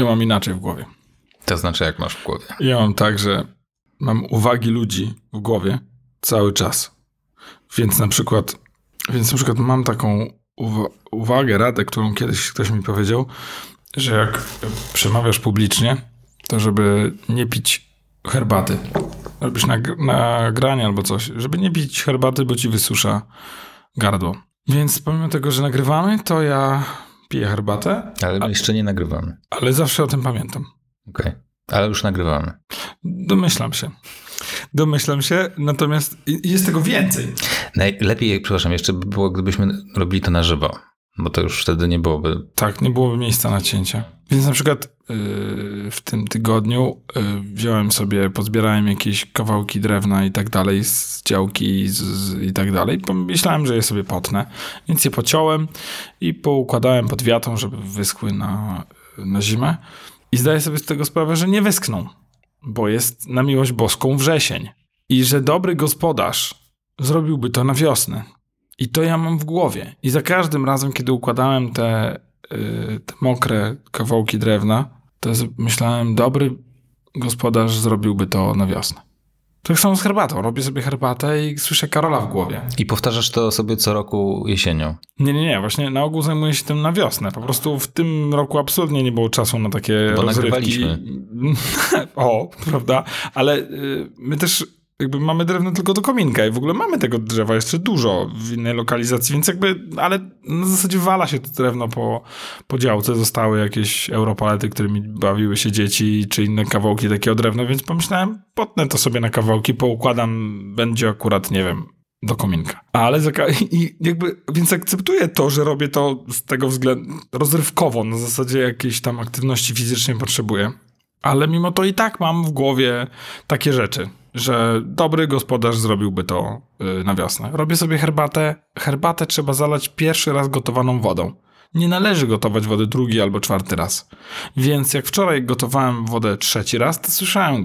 Ja mam inaczej w głowie. To znaczy, jak masz w głowie? Ja mam tak, że mam uwagi ludzi w głowie cały czas. Więc na przykład mam taką uwagę, radę, którą kiedyś ktoś mi powiedział, że jak przemawiasz publicznie, to żeby nie pić herbaty. Robisz nagranie albo coś, żeby nie pić herbaty, bo ci wysusza gardło. Więc pomimo tego, że nagrywamy, to ja piję herbatę. Ale my jeszcze nie nagrywamy. Ale zawsze o tym pamiętam. Okej. Ale już nagrywamy. Domyślam się, natomiast jest tego więcej. Najlepiej, przepraszam, jeszcze by było, gdybyśmy robili to na żywo, bo to już wtedy nie byłoby... Tak, nie byłoby miejsca na cięcia. Więc na przykład w tym tygodniu wziąłem sobie, pozbierałem jakieś kawałki drewna i tak dalej z działki i tak dalej. Pomyślałem, że je sobie potnę, więc je pociąłem i poukładałem pod wiatą, żeby wyschły na zimę. I zdaję sobie z tego sprawę, że nie wyschną, bo jest na miłość boską wrzesień. I że dobry gospodarz zrobiłby to na wiosnę. I to ja mam w głowie. I za każdym razem, kiedy układałem te mokre kawałki drewna, to myślałem, dobry gospodarz zrobiłby to na wiosnę. Tak samo z herbatą. Robię sobie herbatę i słyszę Karola w głowie. I powtarzasz to sobie co roku jesienią? Nie. Właśnie na ogół zajmuję się tym na wiosnę. Po prostu w tym roku absolutnie nie było czasu na takie rozrywki. Nagrywaliśmy. O, prawda? Ale my też jakby mamy drewno tylko do kominka i w ogóle mamy tego drzewa jeszcze dużo w innej lokalizacji, więc ale na zasadzie wala się to drewno po działce. Zostały jakieś europalety, którymi bawiły się dzieci, czy inne kawałki takiego drewna, więc pomyślałem, potnę to sobie na kawałki, poukładam, będzie akurat, nie wiem, do kominka. Ale więc akceptuję to, że robię to z tego względu rozrywkowo, na zasadzie jakiejś tam aktywności fizycznej potrzebuję. Ale mimo to i tak mam w głowie takie rzeczy, że dobry gospodarz zrobiłby to na wiosnę. Robię sobie herbatę. Herbatę trzeba zalać pierwszy raz gotowaną wodą. Nie należy gotować wody drugi albo czwarty raz. Więc jak wczoraj gotowałem wodę trzeci raz, to słyszałem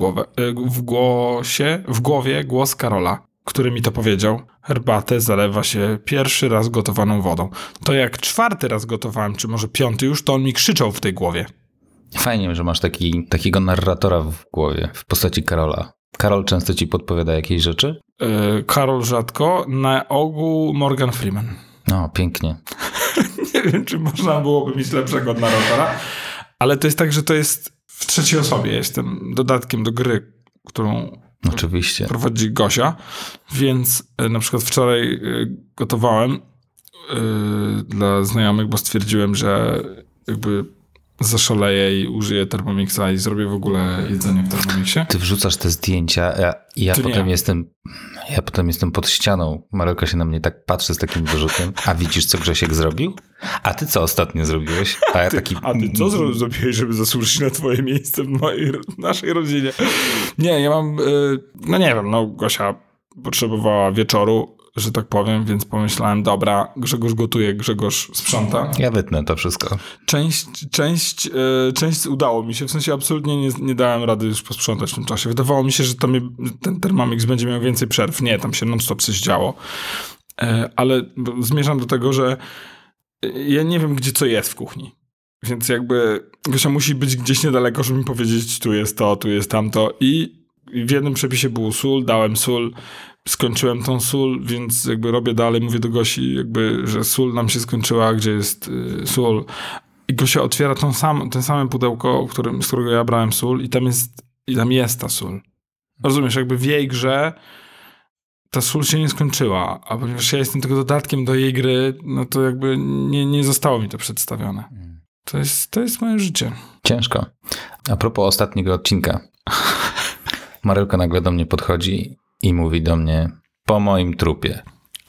w głowie głos Karola, który mi to powiedział. Herbatę zalewa się pierwszy raz gotowaną wodą. To jak czwarty raz gotowałem, czy może piąty już, to on mi krzyczał w tej głowie. Fajnie, że masz takiego narratora w głowie w postaci Karola. Karol często ci podpowiada jakieś rzeczy? Karol rzadko, na ogół Morgan Freeman. No, pięknie. Nie wiem, czy można byłoby mieć lepszego narratora, ale to jest tak, że to jest w trzeciej osobie. Jestem dodatkiem do gry, którą oczywiście prowadzi Gosia, więc na przykład wczoraj gotowałem dla znajomych, bo stwierdziłem, że jakby zaszaleję i użyję Thermomixa i zrobię w ogóle jedzenie w Thermomixie. Ty wrzucasz te zdjęcia, ja potem jestem pod ścianą. Marelka się na mnie tak patrzy z takim wyrzutem. A widzisz, co Grzesiek zrobił? A ty co ostatnio zrobiłeś? A ty co zrobiłeś, żeby zasłużyć na twoje miejsce w naszej rodzinie? Nie, ja mam, nie wiem, Gosia potrzebowała wieczoru, że tak powiem, więc pomyślałem, dobra, Grzegorz gotuje, Grzegorz sprząta. Ja wytnę to wszystko. Część udało mi się, w sensie absolutnie nie dałem rady już posprzątać w tym czasie. Wydawało mi się, że ten Thermomix będzie miał więcej przerw. Nie, tam się non-stop coś działo. Ale zmierzam do tego, że ja nie wiem, gdzie co jest w kuchni. Więc jakby Gosia musi być gdzieś niedaleko, żeby mi powiedzieć, tu jest to, tu jest tamto. I w jednym przepisie był sól, dałem sól, skończyłem tą sól, więc jakby robię dalej, mówię do Gosi, jakby, że sól nam się skończyła, gdzie jest sól. I Gosia otwiera ten same pudełko, z którego ja brałem sól i tam jest ta sól. Rozumiesz, jakby w jej grze ta sól się nie skończyła, a ponieważ ja jestem tylko dodatkiem do jej gry, no to jakby nie zostało mi to przedstawione. To jest moje życie. Ciężko. A propos ostatniego odcinka. Marelka nagle do mnie podchodzi i mówi do mnie, po moim trupie.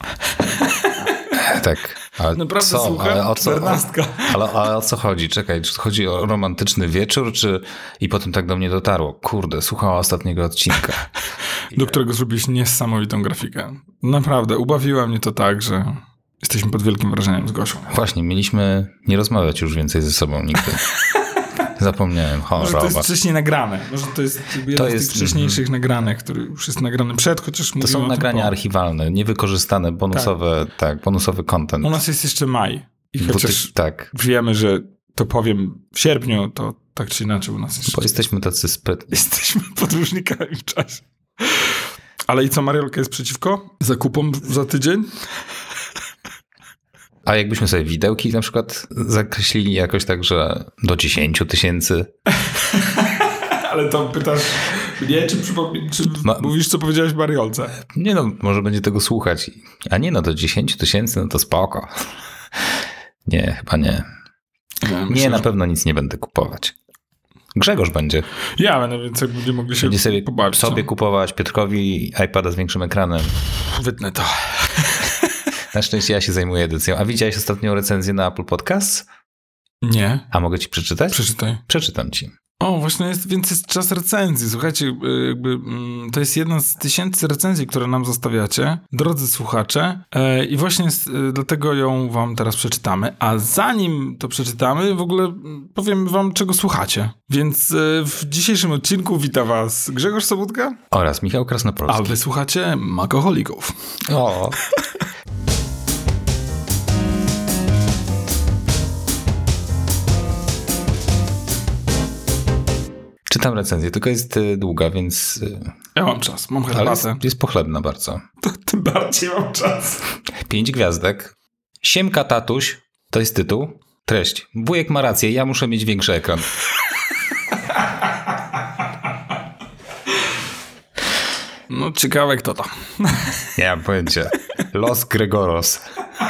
Tak. Ale naprawdę co? słucham? Ale o co? 14. Ale o co chodzi? Czekaj, czy chodzi o romantyczny wieczór, czy... I potem tak do mnie dotarło. Kurde, słuchała ostatniego odcinka. Do którego zrobiłeś niesamowitą grafikę. Naprawdę, ubawiła mnie to tak, że jesteśmy pod wielkim wrażeniem z Gosią. Właśnie, mieliśmy nie rozmawiać już więcej ze sobą nigdy. Zapomniałem. Może to jest wcześniej nagrane. Może to jest jeden z tych wcześniejszych nagranych, który już jest nagrany przed, chociaż to są nagrania archiwalne, niewykorzystane, bonusowe, bonusowy content. U nas jest jeszcze maj. I chociaż wiemy, że to powiem w sierpniu, to tak czy inaczej u nas jeszcze. Bo jesteśmy tacy sprytni. Jesteśmy podróżnikami w czasie. Ale i co, Mariolka jest przeciwko zakupom za tydzień? A jakbyśmy sobie widełki na przykład zakreślili jakoś tak, że do 10 000. Ale to pytasz mnie, czy mówisz, co powiedziałeś Mariolce? Nie no, może będzie tego słuchać. A nie no, do 10 000, no to spoko. Nie, chyba nie. Ja myślę, nie, na pewno nic nie będę kupować. Grzegorz będzie. Ja będę, więc jak będziemy mogli się będzie sobie pobawić. Sobie kupować, Piotrkowi iPada z większym ekranem. Wytnę to. Na szczęście ja się zajmuję edycją. A widziałeś ostatnią recenzję na Apple Podcasts? Nie. A mogę ci przeczytać? Przeczytaj. Przeczytam ci. O, właśnie więc jest czas recenzji. Słuchajcie, to jest jedna z 1000 recenzji, które nam zostawiacie, drodzy słuchacze, i właśnie dlatego ją wam teraz przeczytamy. A zanim to przeczytamy, w ogóle powiem wam, czego słuchacie. Więc w dzisiejszym odcinku wita was Grzegorz Sobutka oraz Michał Krasnopolski. A wy słuchacie Makoholików. O. Czytam recenzję, tylko jest długa, więc... Ja mam czas, mam herbatę. Ale jest pochlebna bardzo. To tym bardziej mam czas. 5 gwiazdek. Siemka tatuś, to jest tytuł. Treść. Wujek ma rację, ja muszę mieć większy ekran. No ciekawe kto to. Nie mam pojęcia. Los Gregoros.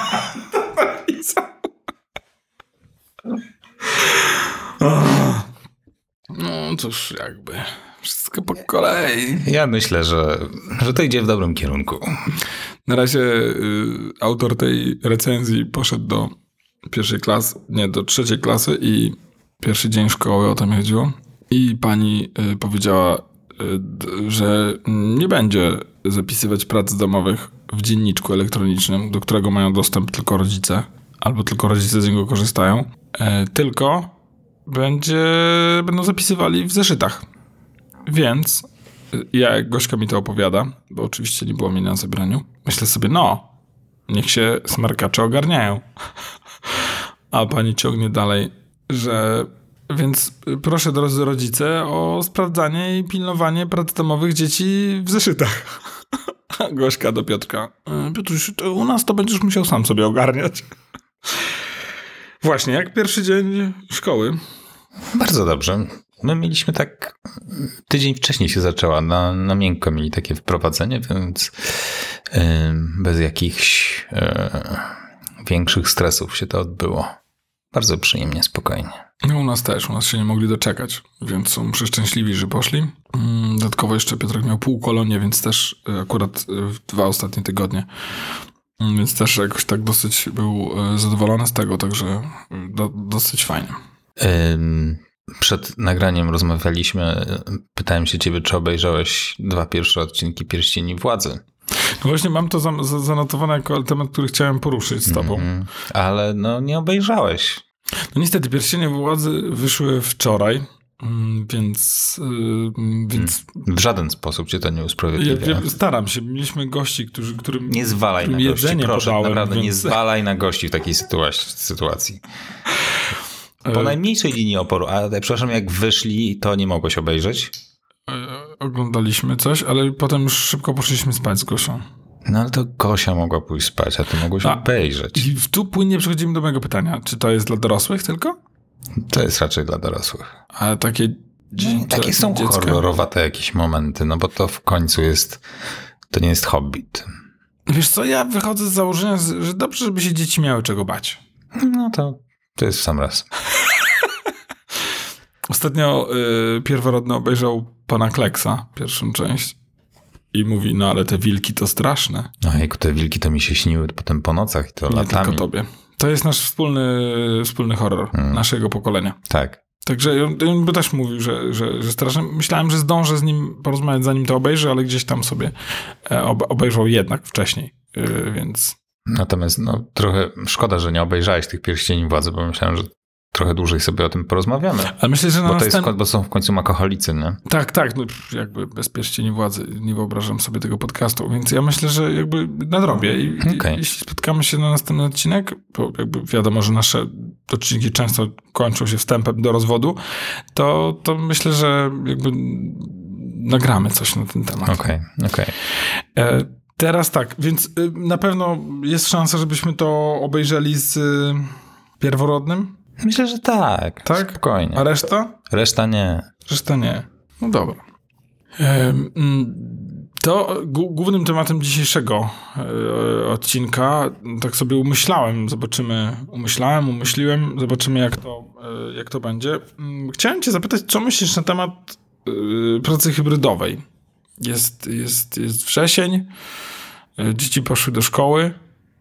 No cóż, jakby wszystko po kolei. Ja myślę, że to idzie w dobrym kierunku. Na razie autor tej recenzji poszedł do do 3. klasy i pierwszy dzień szkoły, o to mi chodziło. I pani powiedziała, że nie będzie zapisywać prac domowych w dzienniczku elektronicznym, do którego mają dostęp tylko rodzice, albo tylko rodzice z niego korzystają, tylko będą zapisywali w zeszytach. Więc jak Gośka mi to opowiada, bo oczywiście nie było mnie na zebraniu, myślę sobie, niech się smarkacze ogarniają. A pani ciągnie dalej, że więc proszę, drodzy rodzice, o sprawdzanie i pilnowanie prac domowych dzieci w zeszytach. Gośka do Piotrka. Piotruś, to u nas to będziesz musiał sam sobie ogarniać. Właśnie, jak pierwszy dzień szkoły. Bardzo dobrze. My mieliśmy tak... Tydzień wcześniej się zaczęła. Na miękko mieli takie wprowadzenie, więc bez jakichś większych stresów się to odbyło. Bardzo przyjemnie, spokojnie. No u nas też. U nas się nie mogli doczekać, więc są przeszczęśliwi, że poszli. Dodatkowo jeszcze Piotrek miał półkolonię, więc też akurat 2 ostatnie tygodnie. Więc też jakoś tak dosyć był zadowolony z tego, także dosyć fajnie. Przed nagraniem rozmawialiśmy, pytałem się ciebie, czy obejrzałeś 2 pierwsze odcinki Pierścieni Władzy. No właśnie mam to zanotowane jako temat, który chciałem poruszyć z tobą. Ale nie obejrzałeś. No niestety Pierścienie Władzy wyszły wczoraj, więc... W żaden sposób cię to nie usprawiedliwia. Ja staram się. Mieliśmy gości, którym nie zwalaj na gości, proszę. podałem, naprawdę więc... nie zwalaj na gości w takiej sytuacji. Po najmniejszej linii oporu. A przepraszam, jak wyszli, to nie mogłeś obejrzeć? Oglądaliśmy coś, ale potem już szybko poszliśmy spać z Gosią. No ale to Gosia mogła pójść spać, a ty mogłeś obejrzeć. I tu płynnie przechodzimy do mojego pytania. Czy to jest dla dorosłych tylko? To jest raczej dla dorosłych. Ale takie... Takie są horrorowate jakieś momenty, bo to w końcu to nie jest Hobbit. Wiesz co, ja wychodzę z założenia, że dobrze, żeby się dzieci miały czego bać. No to jest w sam raz. Ostatnio pierworodny obejrzał Pana Kleksa, pierwszą część. I mówi, ale te wilki to straszne. Ojejku, te wilki to mi się śniły potem po nocach i to latami. Nie tylko tobie. To jest nasz wspólny horror naszego pokolenia. Tak. Także on by też mówił, że strasznie. Myślałem, że zdążę z nim porozmawiać, zanim to obejrzy, ale gdzieś tam sobie obejrzał jednak wcześniej, więc... Natomiast trochę szkoda, że nie obejrzałeś tych Pierścieni Władzy, bo myślałem, że trochę dłużej sobie o tym porozmawiamy. Ale myślę, że Bo są w końcu makoholicy, nie? Tak, no jakby bez pierścieni władzy nie wyobrażam sobie tego podcastu, więc ja myślę, że jakby nadrobię i jeśli spotkamy się na następny odcinek, bo jakby wiadomo, że nasze odcinki często kończą się wstępem do rozwodu, to myślę, że jakby nagramy coś na ten temat. Okej. Teraz tak, więc na pewno jest szansa, żebyśmy to obejrzeli z Pierworodnym? Myślę, że tak. Tak? Spokojnie. A reszta? Reszta nie. Reszta nie. No dobra. To głównym tematem dzisiejszego odcinka, tak sobie umyśliłem, zobaczymy jak to będzie. Chciałem cię zapytać, co myślisz na temat pracy hybrydowej? Jest wrzesień, dzieci poszły do szkoły,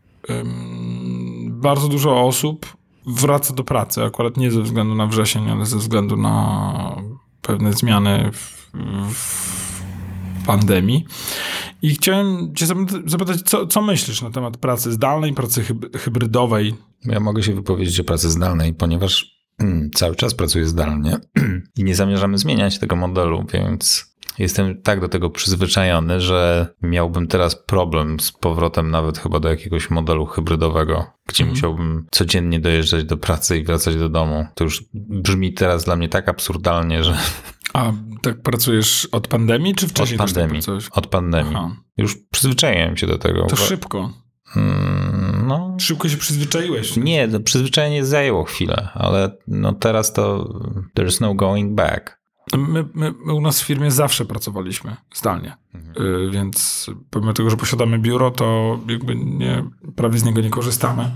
bardzo dużo osób wraca do pracy, akurat nie ze względu na wrzesień, ale ze względu na pewne zmiany w pandemii. I chciałem cię zapytać, co myślisz na temat pracy zdalnej, pracy hybrydowej? Ja mogę się wypowiedzieć o pracy zdalnej, ponieważ cały czas pracuję zdalnie i nie zamierzamy zmieniać tego modelu, więc jestem tak do tego przyzwyczajony, że miałbym teraz problem z powrotem nawet chyba do jakiegoś modelu hybrydowego, gdzie musiałbym codziennie dojeżdżać do pracy i wracać do domu. To już brzmi teraz dla mnie tak absurdalnie, że... A tak pracujesz od pandemii, czy wcześniej? Od pandemii. Aha. Już przyzwyczaiłem się do tego. To szybko. No. Szybko się przyzwyczaiłeś. Nie, to przyzwyczajenie zajęło chwilę, ale no teraz to there's no going back. My u nas w firmie zawsze pracowaliśmy zdalnie, więc pomimo tego, że posiadamy biuro, to jakby prawie z niego nie korzystamy.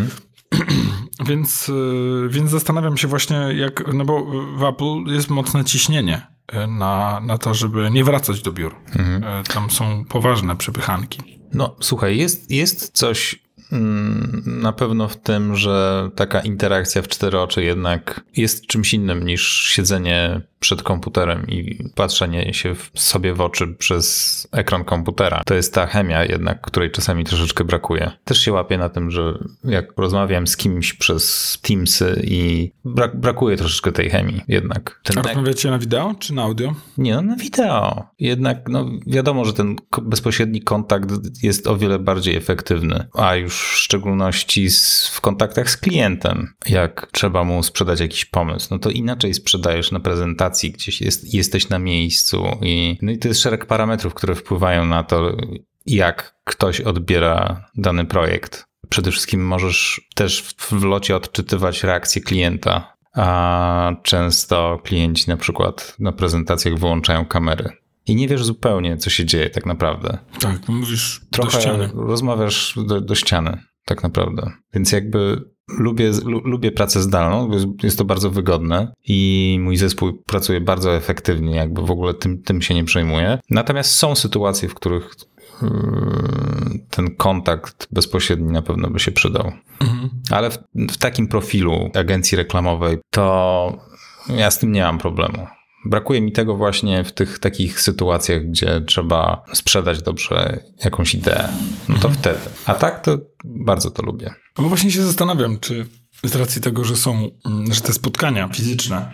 Więc zastanawiam się właśnie, no bo w Apple jest mocne ciśnienie na to, żeby nie wracać do biur. Tam są poważne przepychanki. No słuchaj, jest coś na pewno w tym, że taka interakcja w cztery oczy jednak jest czymś innym niż siedzenie przed komputerem i patrzenie się sobie w oczy przez ekran komputera. To jest ta chemia jednak, której czasami troszeczkę brakuje. Też się łapię na tym, że jak rozmawiam z kimś przez Teamsy i brakuje troszeczkę tej chemii jednak. A rozmawiacie na wideo czy na audio? Nie, no na wideo. Jednak no wiadomo, że ten bezpośredni kontakt jest o wiele bardziej efektywny, a już w szczególności w kontaktach z klientem, jak trzeba mu sprzedać jakiś pomysł, no to inaczej sprzedajesz na prezentacji, gdzieś jesteś na miejscu i to jest szereg parametrów, które wpływają na to, jak ktoś odbiera dany projekt. Przede wszystkim możesz też w locie odczytywać reakcję klienta, a często klienci na przykład na prezentacjach wyłączają kamery. I nie wiesz zupełnie, co się dzieje tak naprawdę. Tak, mówisz trochę do ściany. Rozmawiasz do ściany tak naprawdę. Więc jakby lubię pracę zdalną, jest to bardzo wygodne i mój zespół pracuje bardzo efektywnie, jakby w ogóle tym się nie przejmuje. Natomiast są sytuacje, w których ten kontakt bezpośredni na pewno by się przydał. Ale w takim profilu agencji reklamowej to ja z tym nie mam problemu. Brakuje mi tego właśnie w tych takich sytuacjach, gdzie trzeba sprzedać dobrze jakąś ideę. No to wtedy. A tak to bardzo to lubię. No właśnie się zastanawiam, czy z racji tego, że te spotkania fizyczne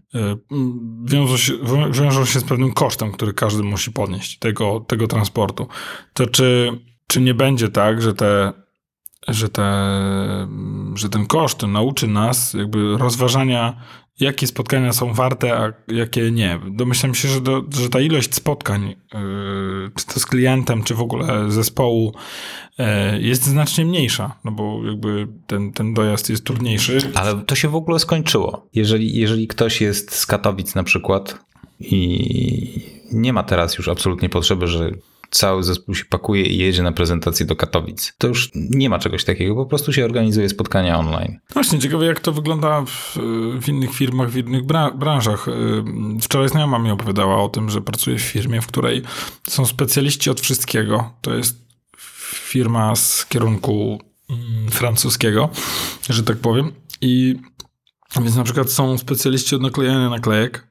wiążą się z pewnym kosztem, który każdy musi podnieść, tego transportu, to czy nie będzie tak, że ten koszt nauczy nas jakby rozważania, jakie spotkania są warte, a jakie nie. Domyślam się, że ta ilość spotkań, czy to z klientem, czy w ogóle zespołu, jest znacznie mniejsza, no bo jakby ten dojazd jest trudniejszy. Ale to się w ogóle skończyło. Jeżeli ktoś jest z Katowic na przykład i nie ma teraz już absolutnie potrzeby, że cały zespół się pakuje i jedzie na prezentację do Katowic. To już nie ma czegoś takiego, po prostu się organizuje spotkania online. Właśnie, ciekawe jak to wygląda w innych firmach, w innych branżach. Wczoraj znajoma mi opowiadała o tym, że pracuje w firmie, w której są specjaliści od wszystkiego. To jest firma z kierunku francuskiego, że tak powiem. Więc na przykład są specjaliści od naklejania naklejek,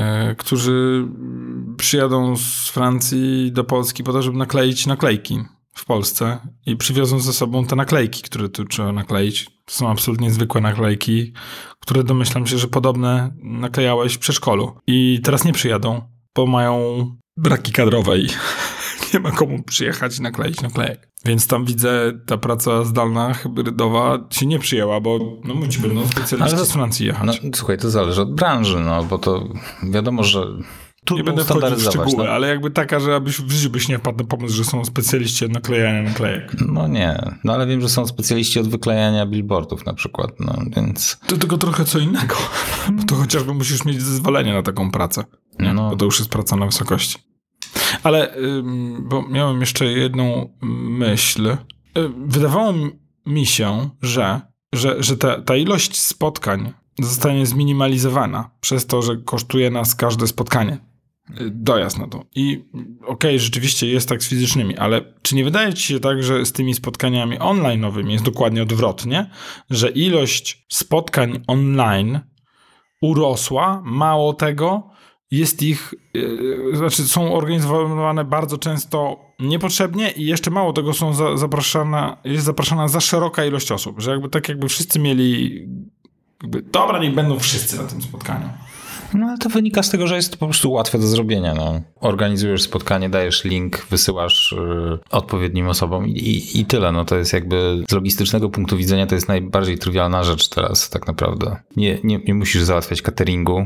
którzy przyjadą z Francji do Polski po to, żeby nakleić naklejki w Polsce i przywiozą ze sobą te naklejki, które tu trzeba nakleić. To są absolutnie zwykłe naklejki, które domyślam się, że podobne naklejałeś w przedszkolu. I teraz nie przyjadą, bo mają braki kadrowe i nie ma komu przyjechać i nakleić naklejek. Więc tam widzę, ta praca zdalna, hybrydowa się nie przyjęła, bo ci będą specjaliści z Francji jechać. No, słuchaj, to zależy od branży, bo to wiadomo, że nie będę wchodził w szczegóły, ale jakby taka, że abyś w życiu byś nie wpadł na pomysł, że są specjaliści od naklejania naklejek. No nie, ale wiem, że są specjaliści od wyklejania billboardów na przykład, więc... To tylko trochę co innego, bo to chociażby musisz mieć zezwolenie na taką pracę, bo to już jest praca na wysokości. Ale, bo miałem jeszcze jedną myśl. Wydawało mi się, że ta ilość spotkań zostanie zminimalizowana przez to, że kosztuje nas każde spotkanie. Dojazd na to. I okej, rzeczywiście jest tak z fizycznymi, ale czy nie wydaje ci się tak, że z tymi spotkaniami online'owymi jest dokładnie odwrotnie? Że ilość spotkań online urosła, mało tego, jest ich, są organizowane bardzo często niepotrzebnie i jeszcze mało tego jest zapraszana za szeroka ilość osób, że jakby wszyscy mieli dobra, niech będą wszyscy na tym spotkaniu. No ale to wynika z tego, że jest to po prostu łatwe do zrobienia. Organizujesz spotkanie, dajesz link, wysyłasz odpowiednim osobom i tyle. To jest jakby z logistycznego punktu widzenia to jest najbardziej trywialna rzecz teraz tak naprawdę. Nie musisz załatwiać cateringu.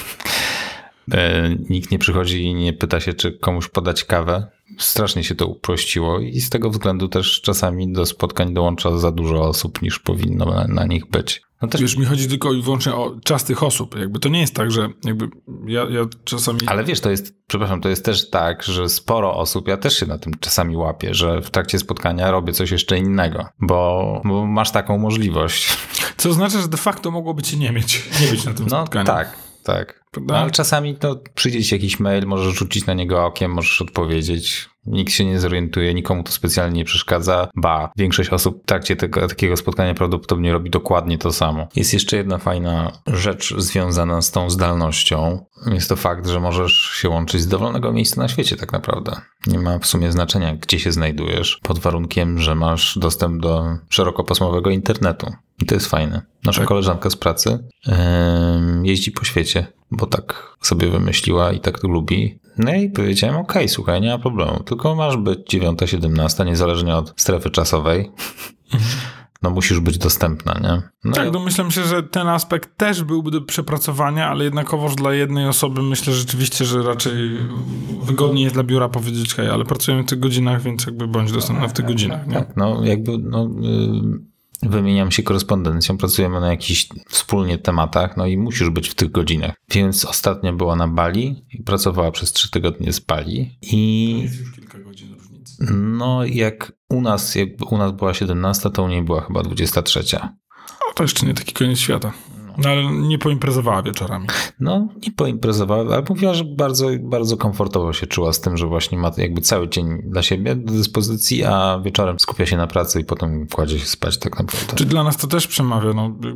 Nikt nie przychodzi i nie pyta się, czy komuś podać kawę. Strasznie się to uprościło i z tego względu też czasami do spotkań dołącza za dużo osób, niż powinno na nich być. Już mi chodzi tylko i wyłącznie o czas tych osób. To nie jest tak, że ja czasami... Ale wiesz, to jest też tak, że sporo osób, ja też się na tym czasami łapię, że w trakcie spotkania robię coś jeszcze innego, bo masz taką możliwość. Co oznacza, że de facto mogłoby cię nie być na tym spotkaniu. Tak. Ale czasami to przyjdzie ci jakiś mail, możesz rzucić na niego okiem, możesz odpowiedzieć. Nikt się nie zorientuje, nikomu to specjalnie nie przeszkadza. Większość osób w trakcie takiego spotkania prawdopodobnie robi dokładnie to samo. Jest jeszcze jedna fajna rzecz związana z tą zdalnością. Jest to fakt, że możesz się łączyć z dowolnego miejsca na świecie tak naprawdę. Nie ma w sumie znaczenia, gdzie się znajdujesz, pod warunkiem, że masz dostęp do szerokopasmowego internetu. I to jest fajne. Nasza koleżanka z pracy jeździ po świecie, bo tak sobie wymyśliła i tak to lubi. No i powiedziałem, okej, słuchaj, nie ma problemu, tylko masz być 9-17, niezależnie od strefy czasowej. Musisz być dostępna, nie? Tak, domyślam się, że ten aspekt też byłby do przepracowania, ale jednakowoż dla jednej osoby myślę rzeczywiście, że raczej wygodniej jest dla biura powiedzieć, hej, ale pracujemy w tych godzinach, więc bądź dostępna w tych godzinach, nie? Tak, wymieniam się korespondencją, pracujemy na jakichś wspólnie tematach, i musisz być w tych godzinach. Więc ostatnio była na Bali i pracowała przez 3 tygodnie z Bali. To jest już kilka godzin różnicy. Jak u nas była 17, to u niej była chyba 23. To jeszcze nie taki koniec świata. Ale nie poimprezowała wieczorami. Nie poimprezowała, ale mówiła, że bardzo, bardzo komfortowo się czuła z tym, że właśnie ma cały dzień dla siebie do dyspozycji, a wieczorem skupia się na pracy i potem kładzie się spać tak naprawdę. Czy dla nas to też przemawia?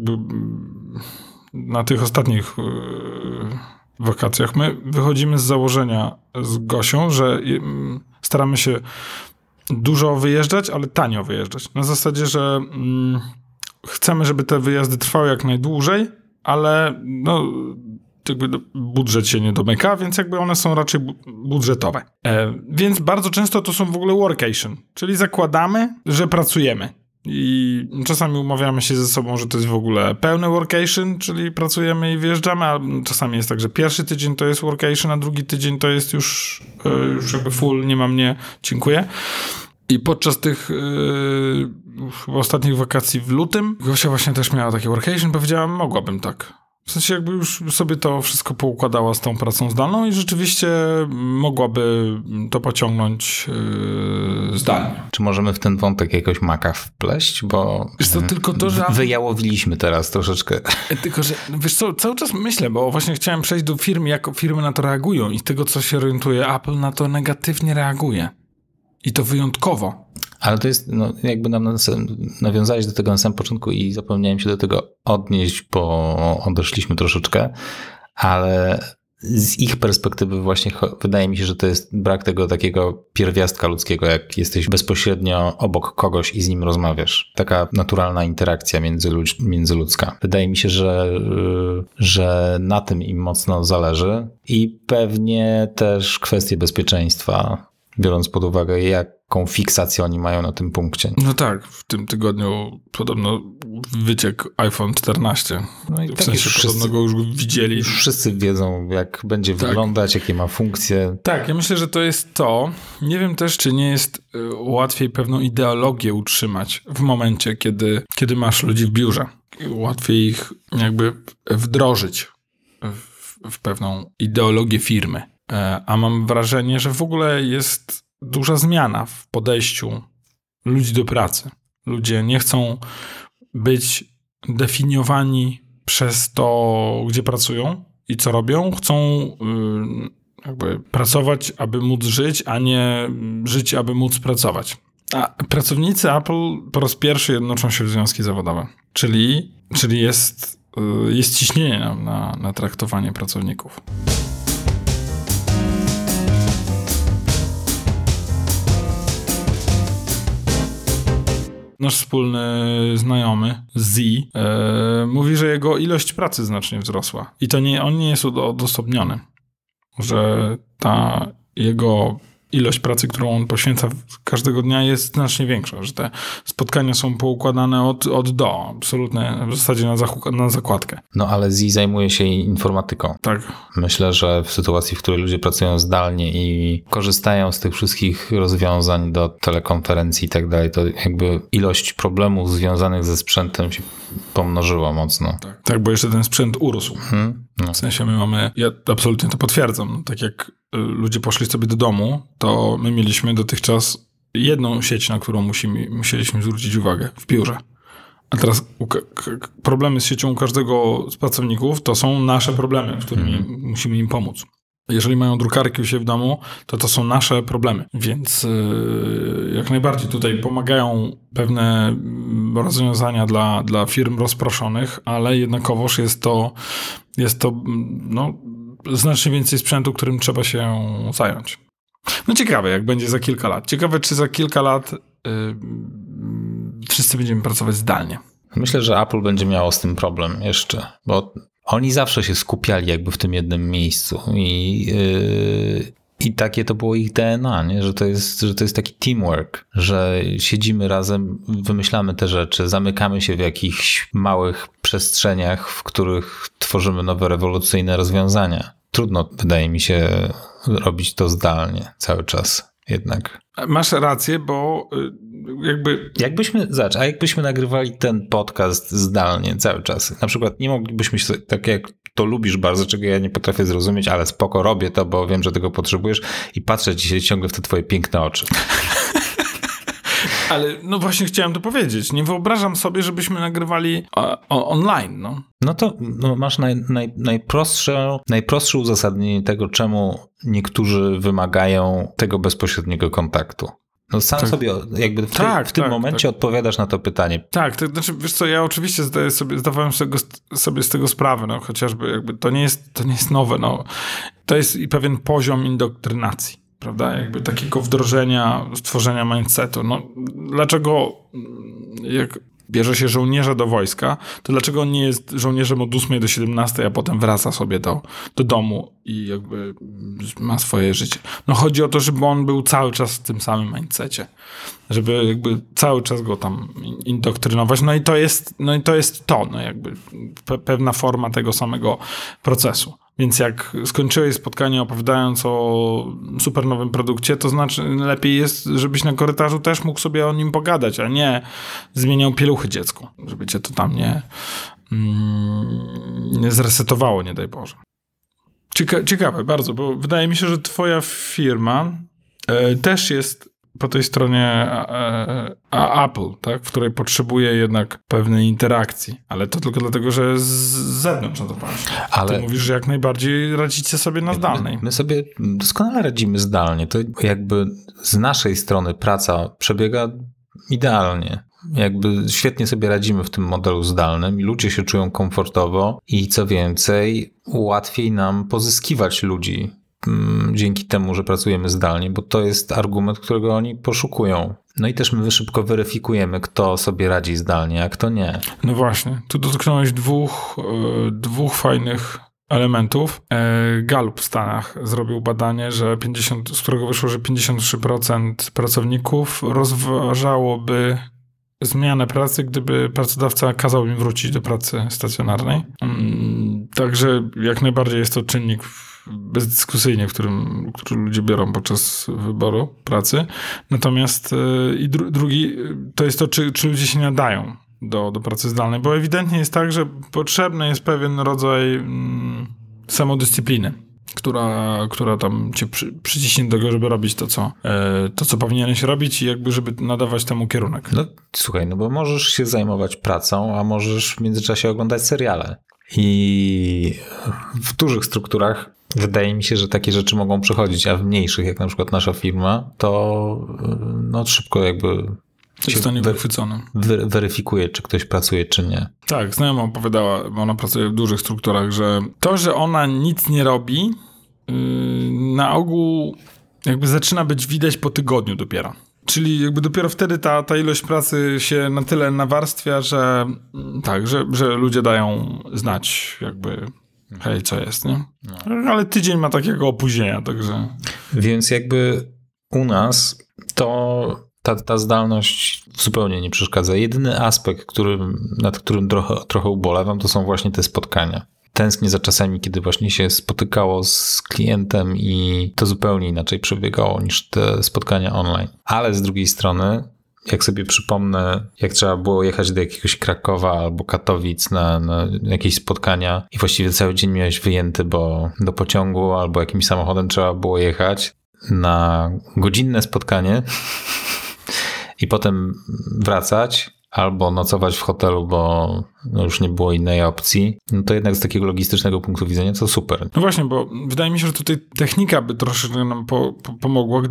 Na tych ostatnich wakacjach my wychodzimy z założenia z Gosią, że staramy się dużo wyjeżdżać, ale tanio wyjeżdżać. Na zasadzie, że chcemy, żeby te wyjazdy trwały jak najdłużej, ale budżet się nie domyka, więc one są raczej budżetowe. Więc bardzo często to są w ogóle workation, czyli zakładamy, że pracujemy. I czasami umawiamy się ze sobą, że to jest w ogóle pełny workation, czyli pracujemy i wyjeżdżamy, a czasami jest tak, że pierwszy tydzień to jest workation, a drugi tydzień to jest już full, nie ma mnie, dziękuję. I podczas tych ostatnich wakacji w lutym Gosia właśnie też miała takie workation, powiedziałam, mogłabym tak. W sensie już sobie to wszystko poukładała z tą pracą zdalną i rzeczywiście mogłaby to pociągnąć zdalnie. Czy możemy w ten wątek jakoś maka wpleść? Bo wiesz co, tylko to, że wyjałowiliśmy teraz troszeczkę. Tylko, że wiesz co, cały czas myślę, bo właśnie chciałem przejść do firm, jak firmy na to reagują i z tego, co się orientuje, Apple na to negatywnie reaguje. I to wyjątkowo. Ale to jest, nawiązałeś do tego na samym początku i zapomniałem się do tego odnieść, bo odeszliśmy troszeczkę, ale z ich perspektywy właśnie wydaje mi się, że to jest brak tego takiego pierwiastka ludzkiego, jak jesteś bezpośrednio obok kogoś i z nim rozmawiasz. Taka naturalna interakcja międzyludzka. Wydaje mi się, że na tym im mocno zależy i pewnie też kwestie bezpieczeństwa, biorąc pod uwagę, jaką fiksację oni mają na tym punkcie. No tak, w tym tygodniu podobno wyciekł iPhone 14. No i w tak sensie podobno go już widzieli. Już wszyscy wiedzą, jak będzie wyglądać, jakie ma funkcje. Tak, ja myślę, że to jest to. Nie wiem też, czy nie jest łatwiej pewną ideologię utrzymać w momencie, kiedy masz ludzi w biurze. Łatwiej ich jakby wdrożyć w pewną ideologię firmy. A mam wrażenie, że w ogóle jest duża zmiana w podejściu ludzi do pracy. Ludzie nie chcą być definiowani przez to, gdzie pracują i co robią. Chcą jakby pracować, aby móc żyć, a nie żyć, aby móc pracować. A pracownicy Apple po raz pierwszy jednoczą się w związki zawodowe. Czyli jest ciśnienie na traktowanie pracowników. Nasz wspólny znajomy, Z, mówi, że jego ilość pracy znacznie wzrosła. I to on nie jest odosobniony. Że ta jego ilość pracy, którą on poświęca każdego dnia, jest znacznie większa. Że te spotkania są poukładane od do. Absolutnie w zasadzie na zakładkę. No ale Z zajmuje się informatyką. Tak. Myślę, że w sytuacji, w której ludzie pracują zdalnie i korzystają z tych wszystkich rozwiązań do telekonferencji i tak dalej, to jakby ilość problemów związanych ze sprzętem się pomnożyła mocno. Tak, bo jeszcze ten sprzęt urósł. No. W sensie ja absolutnie to potwierdzam. Tak jak ludzie poszli sobie do domu, to my mieliśmy dotychczas jedną sieć, na którą musieliśmy zwrócić uwagę w biurze. A teraz problemy z siecią u każdego z pracowników to są nasze problemy, z którymi musimy im pomóc. Jeżeli mają drukarki u siebie w domu, to są nasze problemy. Więc jak najbardziej tutaj pomagają pewne rozwiązania dla firm rozproszonych, ale jednakowoż jest to znacznie więcej sprzętu, którym trzeba się zająć. No ciekawe, jak będzie za kilka lat. Ciekawe, czy za kilka lat wszyscy będziemy pracować zdalnie. Myślę, że Apple będzie miało z tym problem jeszcze, bo oni zawsze się skupiali jakby w tym jednym miejscu i takie to było ich DNA, nie? Że to jest taki teamwork, że siedzimy razem, wymyślamy te rzeczy, zamykamy się w jakichś małych przestrzeniach, w których tworzymy nowe, rewolucyjne rozwiązania. Trudno, wydaje mi się, robić to zdalnie cały czas jednak. Masz rację, bo jakbyśmy nagrywali ten podcast zdalnie cały czas, na przykład nie moglibyśmy się, tak jak to lubisz bardzo, czego ja nie potrafię zrozumieć, ale spoko, robię to, bo wiem, że tego potrzebujesz i patrzę dzisiaj ciągle w te twoje piękne oczy. Ale no właśnie chciałem to powiedzieć. Nie wyobrażam sobie, żebyśmy nagrywali online, no. No to masz najprostsze uzasadnienie tego, czemu niektórzy wymagają tego bezpośredniego kontaktu. No sam sobie jakby w tym momencie odpowiadasz na to pytanie. Tak, to znaczy, wiesz co, ja oczywiście zdawałem sobie z tego sprawę, no chociażby jakby to nie jest nowe, no. To jest i pewien poziom indoktrynacji, prawda? Jakby takiego wdrożenia, stworzenia mindsetu. No dlaczego jak bierze się żołnierza do wojska, to dlaczego on nie jest żołnierzem od 8 do 17, a potem wraca sobie do domu i jakby ma swoje życie. No chodzi o to, żeby on był cały czas w tym samym mindsetie. Żeby jakby cały czas go tam indoktrynować. No i to jest jakby pewna forma tego samego procesu. Więc jak skończyłeś spotkanie opowiadając o super nowym produkcie, to znaczy lepiej jest, żebyś na korytarzu też mógł sobie o nim pogadać, a nie zmieniał pieluchy dziecku. Żeby cię to tam nie zresetowało, nie daj Boże. Ciekawe bardzo, bo wydaje mi się, że twoja firma też jest po tej stronie Apple, tak, w której potrzebuje jednak pewnej interakcji, ale to tylko dlatego, że z zewnątrz na to patrz. Ale ty mówisz, że jak najbardziej radzicie sobie na zdalnej. My sobie doskonale radzimy zdalnie. To jakby z naszej strony praca przebiega idealnie. jakby świetnie sobie radzimy w tym modelu zdalnym i ludzie się czują komfortowo i co więcej, łatwiej nam pozyskiwać ludzi dzięki temu, że pracujemy zdalnie, bo to jest argument, którego oni poszukują. No i też my szybko weryfikujemy, kto sobie radzi zdalnie, a kto nie. No właśnie, tu dotknąłeś dwóch fajnych elementów. Gallup w Stanach zrobił badanie, z którego wyszło, że 53% pracowników rozważałoby zmianę pracy, gdyby pracodawca kazał im wrócić do pracy stacjonarnej. Także jak najbardziej jest to czynnik bezdyskusyjnie, który ludzie biorą podczas wyboru pracy. Natomiast drugi to jest to, czy ludzie się nadają do pracy zdalnej, bo ewidentnie jest tak, że potrzebny jest pewien rodzaj samodyscypliny, która tam cię przyciśnie do tego, żeby robić to, co powinieneś robić i jakby, żeby nadawać temu kierunek. No słuchaj, no bo możesz się zajmować pracą, a możesz w międzyczasie oglądać seriale. I w dużych strukturach wydaje mi się, że takie rzeczy mogą przechodzić, a w mniejszych, jak na przykład nasza firma, to no szybko jakby zostanie wychwycony. Weryfikuje, czy ktoś pracuje, czy nie. Tak, znajoma opowiadała, bo ona pracuje w dużych strukturach, że to, że ona nic nie robi, na ogół jakby zaczyna być widać po tygodniu dopiero. Czyli jakby dopiero wtedy ta ilość pracy się na tyle nawarstwia, że tak, że ludzie dają znać jakby hej, co jest, nie? No. Ale tydzień ma takiego opóźnienia, także... Więc jakby u nas to ta zdalność zupełnie nie przeszkadza. Jedyny aspekt, nad którym trochę ubolewam, to są właśnie te spotkania. Tęsknię za czasami, kiedy właśnie się spotykało z klientem i to zupełnie inaczej przebiegało niż te spotkania online. Ale z drugiej strony, jak sobie przypomnę, jak trzeba było jechać do jakiegoś Krakowa albo Katowic na jakieś spotkania i właściwie cały dzień miałeś wyjęty, bo do pociągu albo jakimś samochodem trzeba było jechać na godzinne spotkanie i potem wracać albo nocować w hotelu, bo już nie było innej opcji, no to jednak z takiego logistycznego punktu widzenia to super. No właśnie, bo wydaje mi się, że tutaj technika by troszeczkę nam pomogła,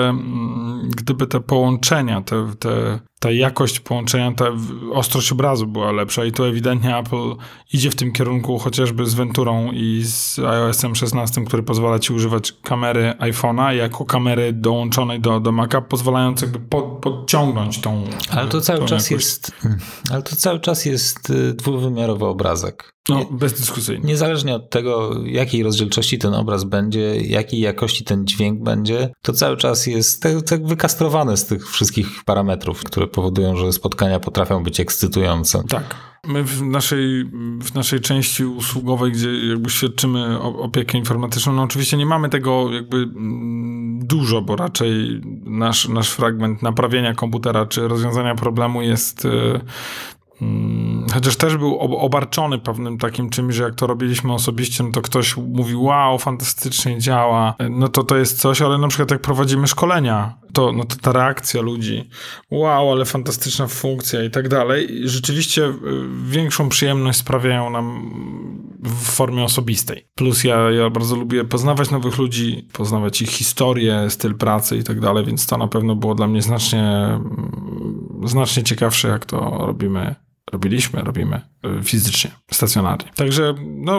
gdyby te połączenia, ta jakość połączenia, ta ostrość obrazu była lepsza i tu ewidentnie Apple idzie w tym kierunku chociażby z Venturą i z iOS-em 16, który pozwala ci używać kamery iPhone'a jako kamery dołączonej do Maca, pozwalając jakby podciągnąć tą Ale to cały czas jakość. Ale to cały czas jest dwuwymiarowy obrazek. No, bezdyskusyjnie. Niezależnie od tego, jakiej rozdzielczości ten obraz będzie, jakiej jakości ten dźwięk będzie, to cały czas jest tak wykastrowane z tych wszystkich parametrów, które powodują, że spotkania potrafią być ekscytujące. Tak. My w naszej części usługowej, gdzie jakby świadczymy opiekę informatyczną, no oczywiście nie mamy tego jakby dużo, bo raczej nasz fragment naprawienia komputera czy rozwiązania problemu jest... Chociaż też był obarczony pewnym takim czymś, że jak to robiliśmy osobiście, no to ktoś mówił, wow, fantastycznie działa, no to jest coś, ale na przykład jak prowadzimy szkolenia, to ta reakcja ludzi, wow, ale fantastyczna funkcja i tak dalej, rzeczywiście większą przyjemność sprawiają nam w formie osobistej. Plus ja bardzo lubię poznawać nowych ludzi, poznawać ich historię, styl pracy i tak dalej, więc to na pewno było dla mnie znacznie ciekawsze, jak to robimy fizycznie, stacjonarnie. Także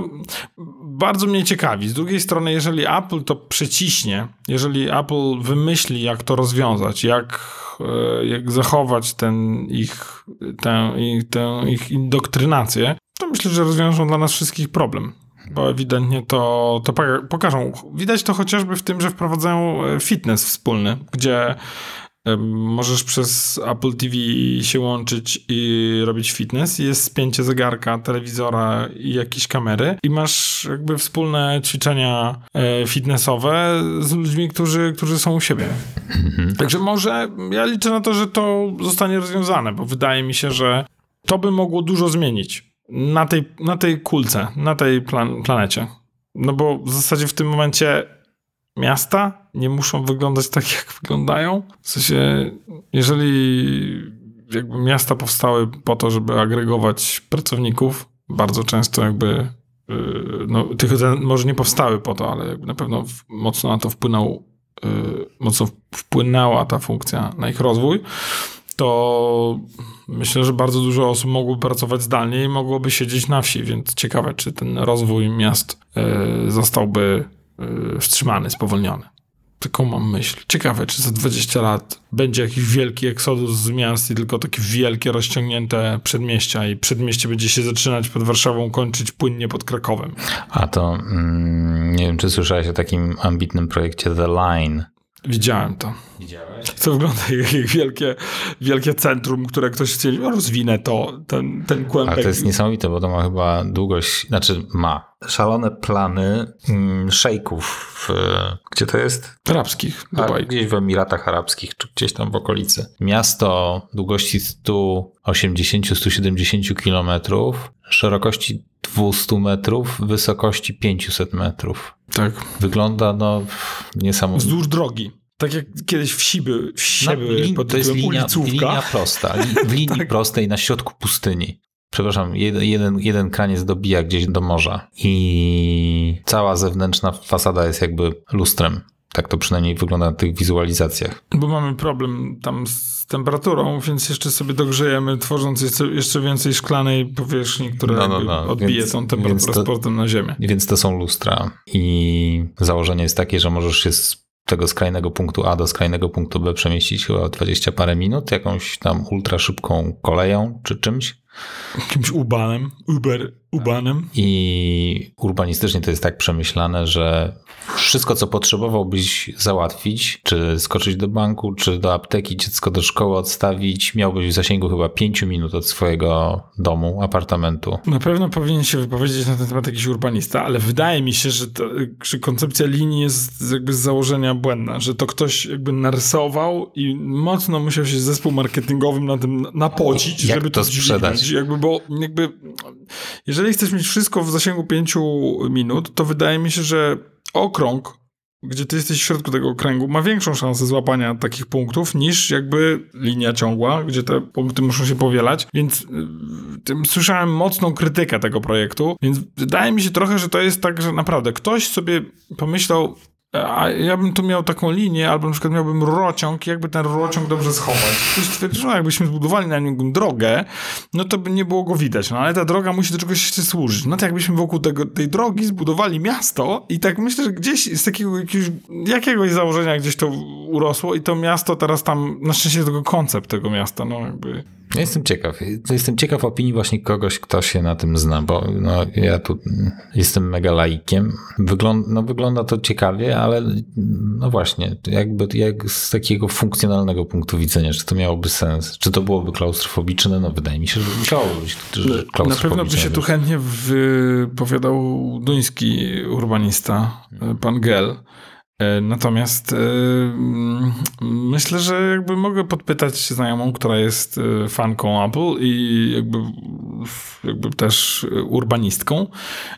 bardzo mnie ciekawi. Z drugiej strony, jeżeli Apple to przyciśnie, jeżeli Apple wymyśli, jak to rozwiązać, jak zachować tę ich indoktrynację, to myślę, że rozwiążą dla nas wszystkich problem. Bo ewidentnie to pokażą. Widać to chociażby w tym, że wprowadzają fitness wspólny, gdzie możesz przez Apple TV się łączyć i robić fitness. Jest spięcie zegarka, telewizora i jakieś kamery i masz jakby wspólne ćwiczenia fitnessowe z ludźmi, którzy są u siebie. Także może ja liczę na to, że to zostanie rozwiązane, bo wydaje mi się, że to by mogło dużo zmienić na tej kulce, na tej planecie. No bo w zasadzie w tym momencie miasta nie muszą wyglądać tak, jak wyglądają. W sensie, jeżeli jakby miasta powstały po to, żeby agregować pracowników, bardzo często jakby tych może nie powstały po to, ale jakby na pewno mocno na to mocno wpłynęła ta funkcja na ich rozwój, to myślę, że bardzo dużo osób mogłoby pracować zdalnie i mogłoby siedzieć na wsi, więc ciekawe, czy ten rozwój miast zostałby wstrzymany, spowolniony. Taką mam myśl. Ciekawe, czy za 20 lat będzie jakiś wielki eksodus z miast i tylko takie wielkie, rozciągnięte przedmieścia i przedmieście będzie się zaczynać pod Warszawą, kończyć płynnie pod Krakowem. A to nie wiem, czy słyszałeś o takim ambitnym projekcie The Line. Widziałem to. Widziałeś? To wygląda jak wielkie centrum, które ktoś chce, rozwinę to, ten kłębek. Ale to jest niesamowite, bo to ma chyba długość, ma szalone plany szejków. Gdzie to jest? Arabskich. Gdzieś w Emiratach Arabskich, czy gdzieś tam w okolicy. Miasto długości 180-170 kilometrów, szerokości 200 metrów, wysokości 500 metrów. Tak. Wygląda niesamowicie. Wzdłuż drogi. Tak jak kiedyś wsie były pod to jest ulicówka. linia prosta. W linii Tak. prostej na środku pustyni. Przepraszam, jeden kraniec dobija gdzieś do morza i cała zewnętrzna fasada jest jakby lustrem. Tak to przynajmniej wygląda na tych wizualizacjach. Bo mamy problem tam z temperaturą, więc jeszcze sobie dogrzejemy, tworząc jeszcze więcej szklanej powierzchni, która odbije tą temperaturę z portem na ziemię. Więc to są lustra i założenie jest takie, że możesz się z tego skrajnego punktu A do skrajnego punktu B przemieścić chyba 20 parę minut, jakąś tam ultra szybką koleją czy czymś. Jakimś ubanem. I urbanistycznie to jest tak przemyślane, że wszystko, co potrzebowałbyś załatwić, czy skoczyć do banku, czy do apteki, dziecko do szkoły odstawić, miałbyś w zasięgu chyba 5 minut od swojego domu, apartamentu. Na pewno powinien się wypowiedzieć na ten temat jakiś urbanista, ale wydaje mi się, że koncepcja linii jest jakby z założenia błędna, że to ktoś jakby narysował i mocno musiał się zespół marketingowym na tym napocić, Jak żeby to sprzedać? Bo jeżeli chcesz mieć wszystko w zasięgu 5 minut, to wydaje mi się, że okrąg, gdzie ty jesteś w środku tego okręgu, ma większą szansę złapania takich punktów niż jakby linia ciągła, gdzie te punkty muszą się powielać, więc słyszałem mocną krytykę tego projektu, więc wydaje mi się trochę, że to jest tak, że naprawdę ktoś sobie pomyślał, a ja bym tu miał taką linię, albo na przykład miałbym rurociąg i jakby ten rurociąg dobrze schować. Ktoś stwierdził, że jakbyśmy zbudowali na nim drogę, no to by nie było go widać. No ale ta droga musi do czegoś jeszcze służyć. No to jakbyśmy wokół tej drogi zbudowali miasto i tak myślę, że gdzieś z jakiegoś założenia gdzieś to urosło i to miasto teraz tam, na szczęście tylko koncept tego miasta, no jakby... Ja jestem ciekaw opinii właśnie kogoś, kto się na tym zna, bo ja tu jestem mega laikiem. Wygląda to ciekawie, ale no właśnie, jak z takiego funkcjonalnego punktu widzenia, czy to miałoby sens, czy to byłoby klaustrofobiczne? No wydaje mi się, że musiałoby być klaustrofobiczne. Na pewno by się tu chętnie wypowiadał duński urbanista, pan Gell. Natomiast myślę, że jakby mogę podpytać znajomą, która jest fanką Apple i jakby też urbanistką,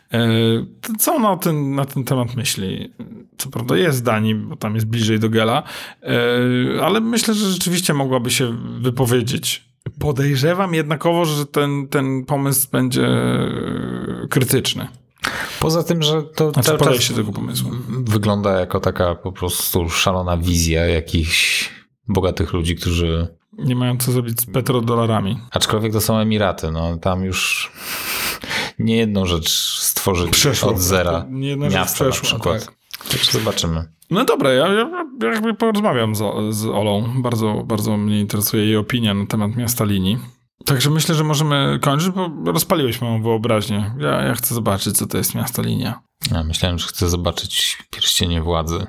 co ona na ten temat myśli. Co prawda jest z Danii, bo tam jest bliżej do Gela, ale myślę, że rzeczywiście mogłaby się wypowiedzieć. Podejrzewam jednakowo, że ten pomysł będzie krytyczny. Poza tym, że to cały czas tego pomysłu wygląda jako taka po prostu szalona wizja jakichś bogatych ludzi, którzy nie mają co zrobić z petrodolarami. Aczkolwiek to są Emiraty, no tam już nie jedną rzecz stworzyć od zera. Nie jedna miasta rzecz przeszła, na przykład. Tak. Zobaczymy. No dobra, ja jakby porozmawiam z Olą. Bardzo, bardzo mnie interesuje jej opinia na temat miasta linii. Także myślę, że możemy kończyć, bo rozpaliłeś moją wyobraźnię. Ja chcę zobaczyć, co to jest miasto linia. Ja myślałem, że chcę zobaczyć pierścienie władzy.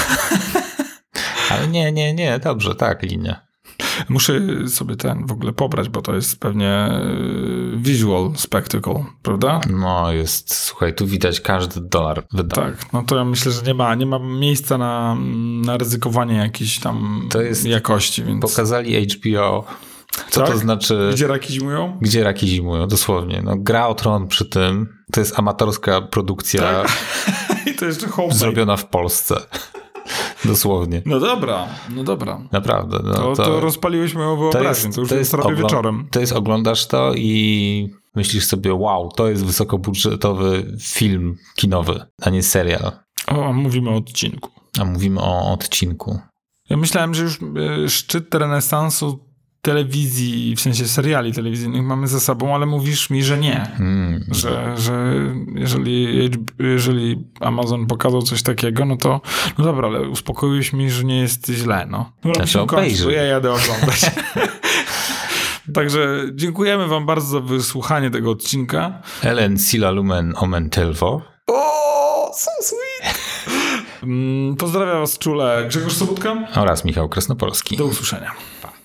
Ale nie, dobrze, tak, linia. Muszę sobie w ogóle pobrać, bo to jest pewnie visual spectacle, prawda? No słuchaj, tu widać każdy dolar wydany. Tak, no to ja myślę, że nie ma miejsca na ryzykowanie jakiejś tam jakości. Więc... Pokazali HBO... Co tak? to znaczy... Gdzie raki zimują? Gdzie raki zimują, dosłownie. No, Gra o Tron przy tym, to jest amatorska produkcja tak? I to jeszcze zrobiona w Polsce. Dosłownie. No dobra. Naprawdę. To rozpaliłeś moją wyobraźnię, to już robię wieczorem. To jest, oglądasz to i myślisz sobie, wow, to jest wysokobudżetowy film kinowy, a nie serial. A mówimy o odcinku. Ja myślałem, że już szczyt renesansu telewizji, w sensie seriali telewizyjnych mamy za sobą, ale mówisz mi, że nie. Że jeżeli Amazon pokazał coś takiego, no to no dobra, ale uspokoiłeś mi, że nie jest źle, no. Znaczy obejrzyj. Bo ja jadę oglądać. Także dziękujemy wam bardzo za wysłuchanie tego odcinka. Ellen Sila Lumen Omen Telvo. O, so sweet! Pozdrawiam was czule Grzegorz Sobutka Oraz Michał Krasnopolski. Do usłyszenia. Pa.